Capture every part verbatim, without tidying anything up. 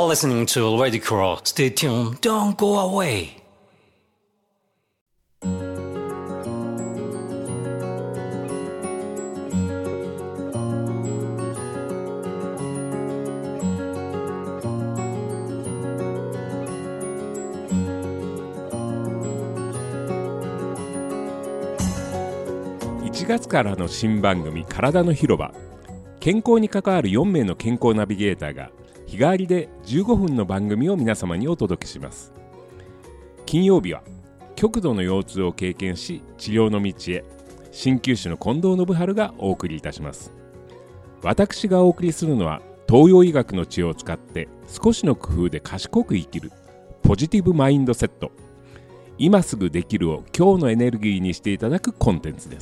are listening to Radio Crow. Stay tuned. Don't go away. いちがつからの新番組体の広場。健康に関わるよんめいの健康ナビゲーターが日替わりでじゅうごふんの番組を皆様にお届けします。金曜日は極度の腰痛を経験し治療の道へ、鍼灸師の近藤信春がお送りいたします。私がお送りするのは東洋医学の知恵を使って少しの工夫で賢く生きるポジティブマインドセット。今すぐできるを今日のエネルギーにしていただくコンテンツです。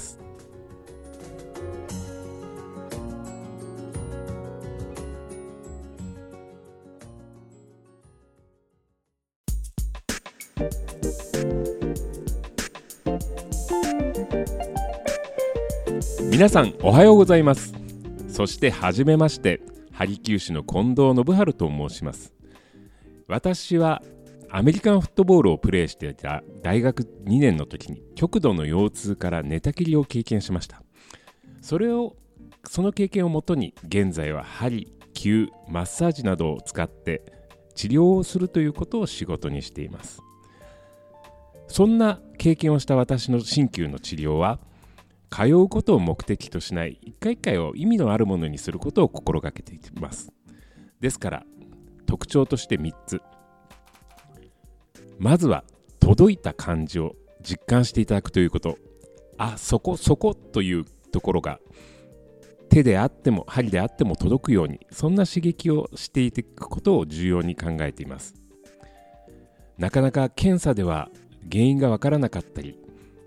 皆さんおはようございます。そしてはじめまして、鍼灸師の近藤信春と申します。私はアメリカンフットボールをプレーしていた大学にねんの時に極度の腰痛から寝たきりを経験しました。それをその経験をもとに現在は鍼、灸、マッサージなどを使って治療をするということを仕事にしています。そんな経験をした私の鍼灸の治療は、通うことを目的としない一回一回を意味のあるものにすることを心がけています。ですから特徴としてみっつ。まずは届いた感じを実感していただくということ。あ、そこそこというところが手であっても針であっても届くように、そんな刺激をしていくことを重要に考えています。なかなか検査では原因がわからなかったり、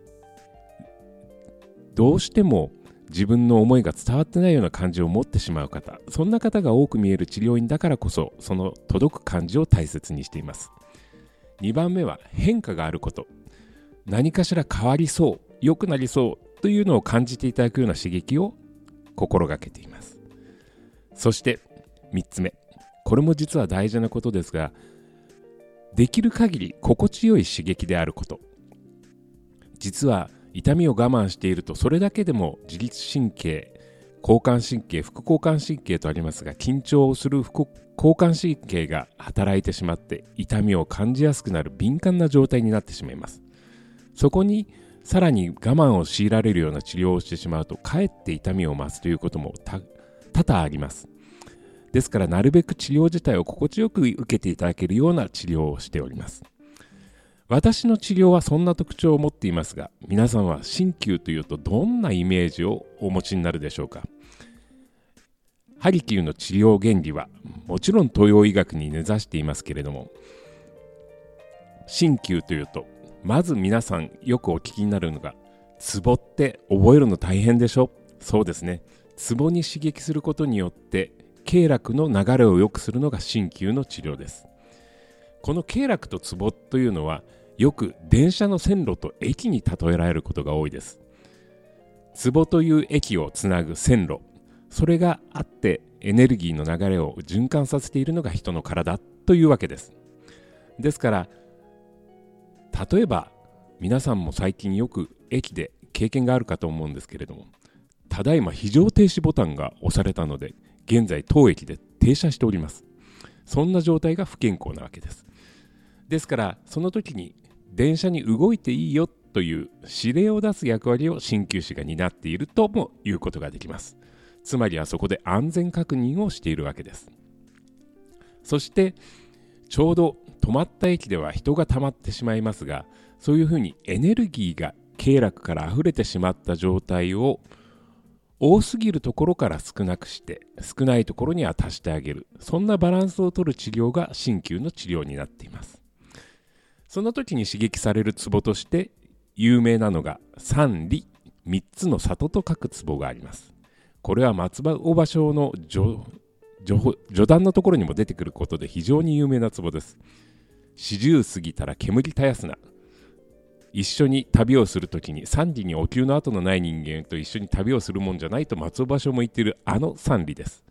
どうしても自分の思いが伝わってないような感じを持ってしまう方、そんな方が多く見える治療院だからこそ、その届く感じを大切にしています。にばんめは変化があること。何かしら変わりそう、良くなりそうというのを感じていただくような刺激を心がけています。そしてみっつめ、これも実は大事なことですが、できる限り心地よい刺激であること。実は痛みを我慢していると、それだけでも自律神経、交感神経、副交感神経とありますが、緊張する副交感神経が働いてしまって痛みを感じやすくなる敏感な状態になってしまいます。そこにさらに我慢を強いられるような治療をしてしまうと、かえって痛みを増すということも多々あります。ですからなるべく治療自体を心地よく受けていただけるような治療をしております。私の治療はそんな特徴を持っていますが、皆さんは鍼灸というとどんなイメージをお持ちになるでしょうか。鍼灸の治療原理はもちろん東洋医学に根ざしていますけれども、鍼灸というとまず皆さんよくお聞きになるのが、ツボって覚えるの大変でしょ。そうですね。ツボに刺激することによって経絡の流れを良くするのが鍼灸の治療です。この経絡とツボというのはよく電車の線路と駅に例えられることが多いです。ツボという駅をつなぐ線路、それがあってエネルギーの流れを循環させているのが人の体というわけです。ですから例えば皆さんも最近よく駅で経験があるかと思うんですけれども、ただいま非常停止ボタンが押されたので現在当駅で停車しております。そんな状態が不健康なわけです。ですからその時に電車に動いていいよという指令を出す役割を鍼灸師が担っているとも言うことができます。つまりはそこで安全確認をしているわけです。そしてちょうど止まった駅では人が溜まってしまいますが、そういうふうにエネルギーが経絡から溢れてしまった状態を多すぎるところから少なくして、少ないところには足してあげる、そんなバランスを取る治療が鍼灸の治療になっています。その時に刺激されるツボとして有名なのが三里、三つの里と書くツボがあります。これは松尾芭蕉の 序, 序, 序段のところにも出てくることで非常に有名なツボです。四十過ぎたら煙絶やすな。一緒に旅をするときに三里にお灸の跡のない人間と一緒に旅をするもんじゃないと松尾芭蕉も言っているあの三里です。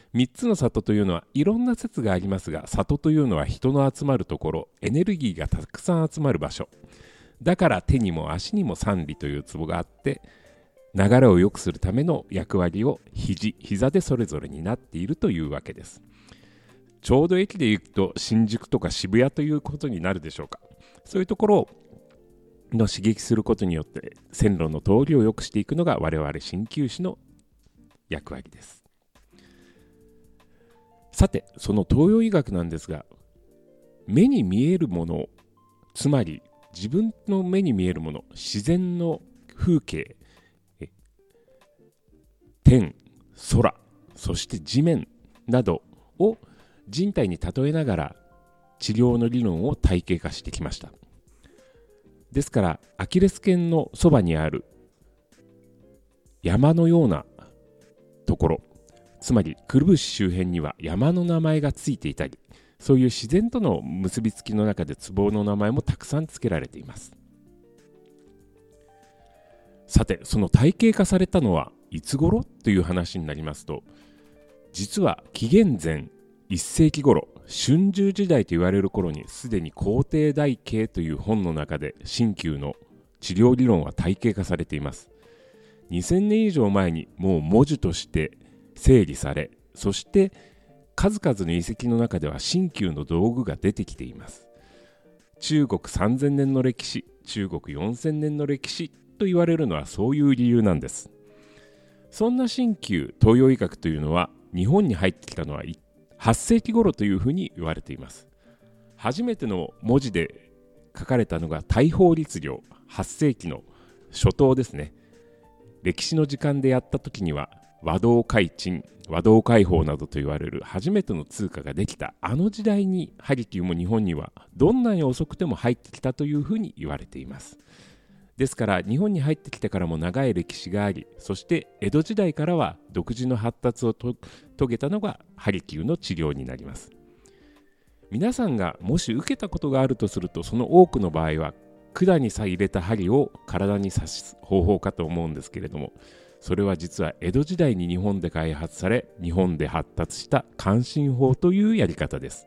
みっつの里というのはいろんな説がありますが、里というのは人の集まるところ、エネルギーがたくさん集まる場所。だから手にも足にも三里というツボがあって、流れを良くするための役割を肘、膝でそれぞれになっているというわけです。ちょうど駅で行くと新宿とか渋谷ということになるでしょうか。そういうところをの刺激することによって線路の通りを良くしていくのが我々鍼灸師の役割です。さて、その東洋医学なんですが、目に見えるもの、つまり自分の目に見えるもの、自然の風景、天、空、そして地面などを人体に例えながら治療の理論を体系化してきました。ですからアキレス腱のそばにある山のようなところ、つまりくるぶし周辺には山の名前がついていたり、そういう自然との結びつきの中でツボの名前もたくさん付けられています。さて、その体系化されたのはいつ頃という話になりますと、実は紀元前いっ世紀頃、春秋時代と言われる頃にすでに皇帝大経という本の中で鍼灸の治療理論は体系化されています。にせんねん以上前にもう文字として整理され、そして数々の遺跡の中では鍼灸の道具が出てきています。中国さんぜんねんの歴史、中国よんせんねんの歴史と言われるのはそういう理由なんです。そんな鍼灸、東洋医学というのは日本に入ってきたのははっ世紀頃というふうに言われています。初めての文字で書かれたのが大宝律令、はっ世紀の初頭ですね。歴史の時間でやった時には和道開珍、和道開宝などと言われる初めての通貨ができたあの時代にハリキューも日本にはどんなに遅くても入ってきたというふうに言われています。ですから日本に入ってきてからも長い歴史があり、そして江戸時代からは独自の発達をと遂げたのがハリキューの治療になります。皆さんがもし受けたことがあるとすると、その多くの場合は管にさえ入れた針を体に刺す方法かと思うんですけれども、それは実は江戸時代に日本で開発され、日本で発達した関心法というやり方です。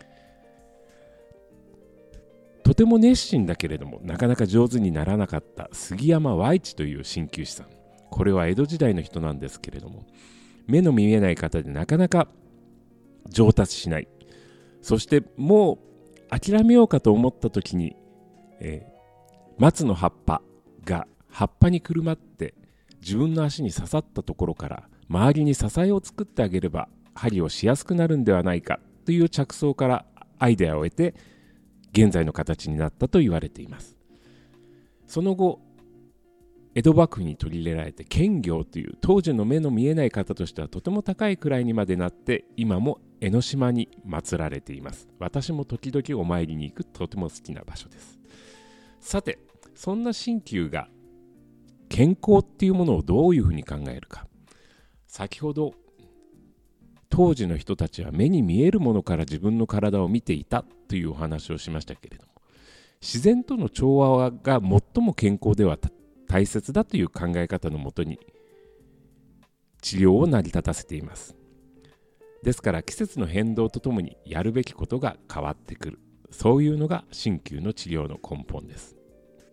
とても熱心だけれどもなかなか上手にならなかった杉山和一という鍼灸師さん、これは江戸時代の人なんですけれども、目の見えない方でなかなか上達しない、そしてもう諦めようかと思った時に、えー、松の葉っぱが葉っぱにくるまって自分の足に刺さったところから周りに支えを作ってあげれば針をしやすくなるんではないかという着想からアイデアを得て現在の形になったと言われています。その後江戸幕府に取り入れられて検校という当時の目の見えない方としてはとても高い位にまでなって今も江ノ島に祀られています。私も時々お参りに行くとても好きな場所です。さて、そんな鍼灸が健康っていうものをどういうふうに考えるか。先ほど当時の人たちは目に見えるものから自分の体を見ていたというお話をしましたけれども、自然との調和が最も健康では大切だという考え方のもとに治療を成り立たせています。ですから季節の変動とともにやるべきことが変わってくる、そういうのが鍼灸の治療の根本です。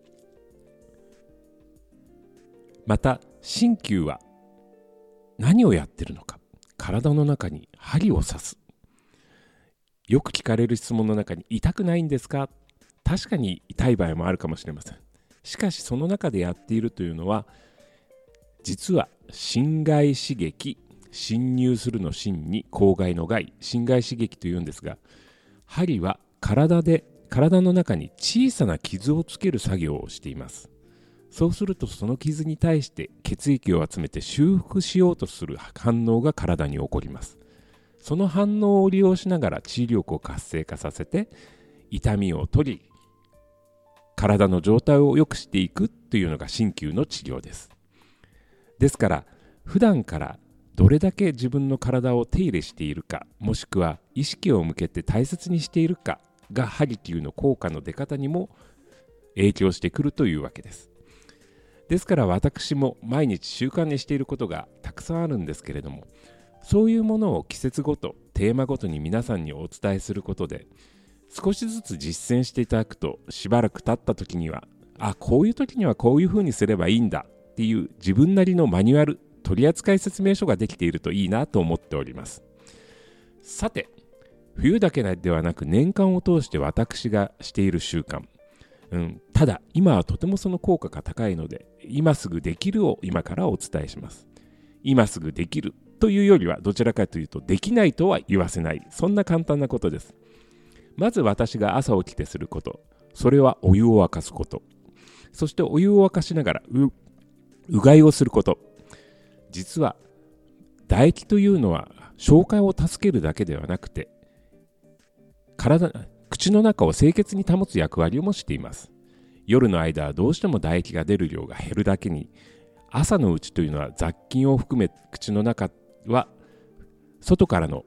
また鍼灸は何をやってるのか。体の中に針を刺す。よく聞かれる質問の中に痛くないんですか？確かに痛い場合もあるかもしれません。しかしその中でやっているというのは実は侵害刺激、侵入するの侵に口外の害、侵害刺激というんですが、針は体で体の中に小さな傷をつける作業をしています。そうするとその傷に対して血液を集めて修復しようとする反応が体に起こります。その反応を利用しながら治癒力を活性化させて痛みを取り体の状態を良くしていくというのが鍼灸の治療です。ですから普段からどれだけ自分の体を手入れしているか、もしくは意識を向けて大切にしているかがハリキューの効果の出方にも影響してくるというわけです。ですから私も毎日習慣にしていることがたくさんあるんですけれども、 そういうものを季節ごと、テーマごとに皆さんにお伝えすることで、少しずつ実践していただくと、しばらく経った時には、あ、こういう時にはこういうふうにすればいいんだっていう自分なりのマニュアル、取扱説明書ができているといいなと思っております。さて、冬だけではなく年間を通して私がしている習慣、うん、ただ今はとてもその効果が高いので、今すぐできるを今からお伝えします。今すぐできるというよりはどちらかというと、できないとは言わせない、そんな簡単なことです。まず私が朝起きてすること、それはお湯を沸かすこと。そしてお湯を沸かしながら う, うがいをすること。実は唾液というのは消化を助けるだけではなくて、体、口の中を清潔に保つ役割もしています。夜の間はどうしても唾液が出る量が減るだけに、朝のうちというのは雑菌を含め口の中は外からの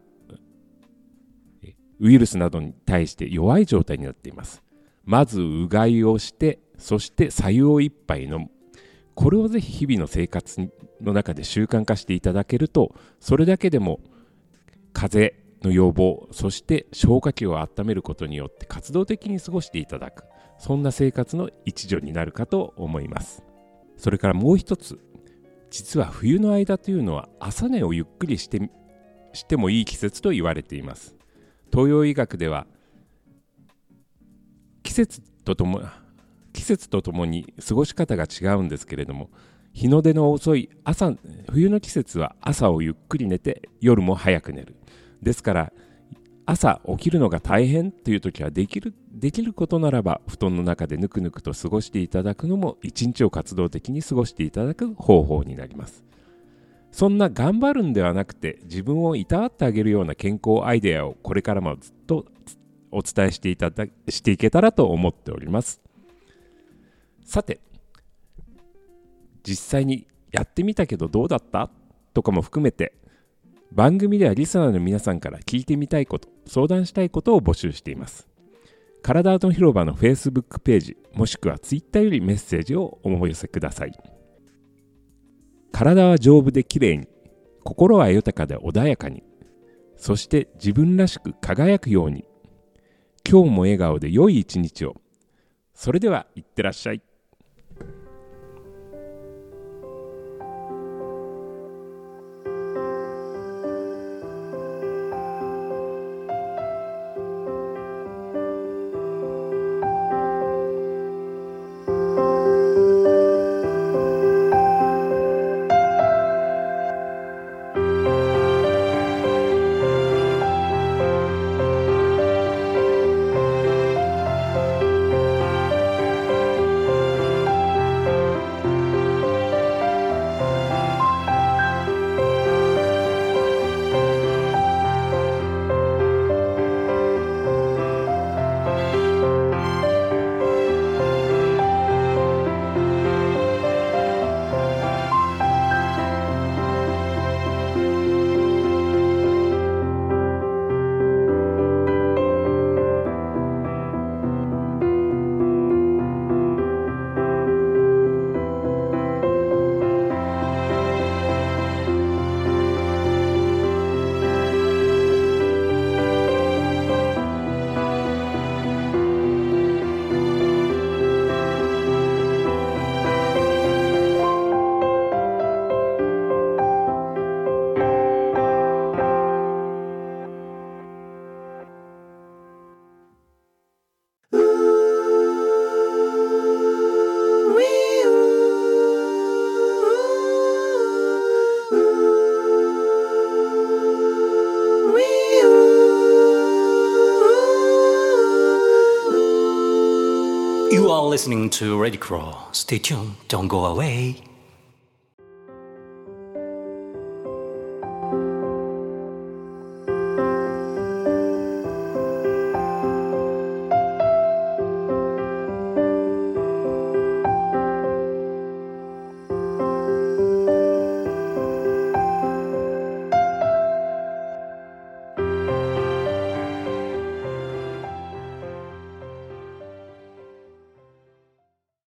ウイルスなどに対して弱い状態になっています。まずうがいをして、そして白湯を一杯飲む。これをぜひ日々の生活の中で習慣化していただけると、それだけでも風邪の予防、そして消化器を温めることによって活動的に過ごしていただく、そんな生活の一助になるかと思います。それからもう一つ、実は冬の間というのは朝寝をゆっくりしてしてもいい季節と言われています。東洋医学では季節ととも季節とともに過ごし方が違うんですけれども、日の出の遅い朝、冬の季節は朝をゆっくり寝て夜も早く寝る。ですから朝起きるのが大変という時はできるできることならば布団の中でぬくぬくと過ごしていただくのも一日を活動的に過ごしていただく方法になります。そんな頑張るんではなくて、自分をいたわってあげるような健康アイデアをこれからもずっとお伝えしていただしていけたらと思っております。さて、実際にやってみたけどどうだったとかも含めて、番組ではリスナーの皆さんから聞いてみたいこと、相談したいことを募集しています。体の広場の Facebook ページ、もしくは Twitter よりメッセージをお寄せください。体は丈夫できれいに、心は豊かで穏やかに、そして自分らしく輝くように、今日も笑顔で良い一日を。それではいってらっしゃい。 You are listening to Ready Crow. Stay tuned, don't go away.